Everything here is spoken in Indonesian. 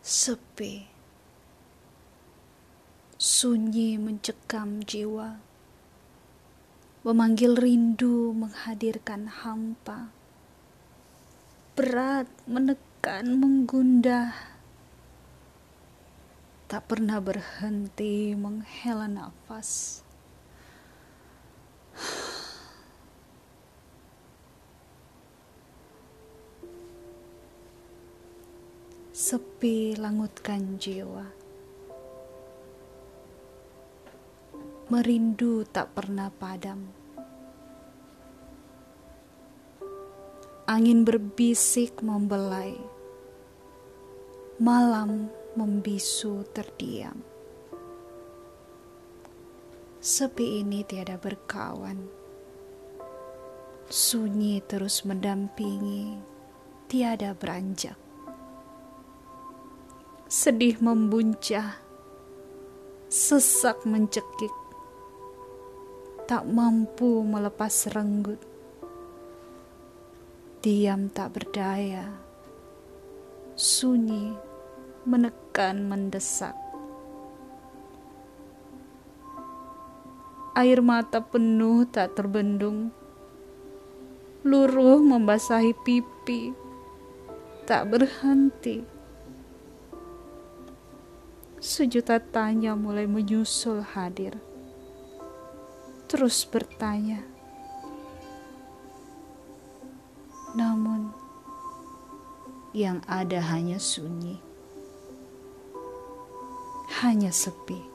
Sepi, sunyi mencekam jiwa, memanggil rindu menghadirkan hampa, berat menekan menggundah, tak pernah berhenti menghela nafas. Sepi langutkan jiwa, merindu tak pernah padam. Angin berbisik membelai, malam membisu terdiam. Sepi ini tiada berkawan, sunyi terus mendampingi, tiada beranjak. Sedih membuncah, sesak mencekik, tak mampu melepas renggut. Diam tak berdaya, sunyi menekan mendesak. Air mata penuh tak terbendung, luruh membasahi pipi, tak berhenti. Sejuta tanya mulai menyusul hadir, terus bertanya. Namun, yang ada hanya sunyi, hanya sepi.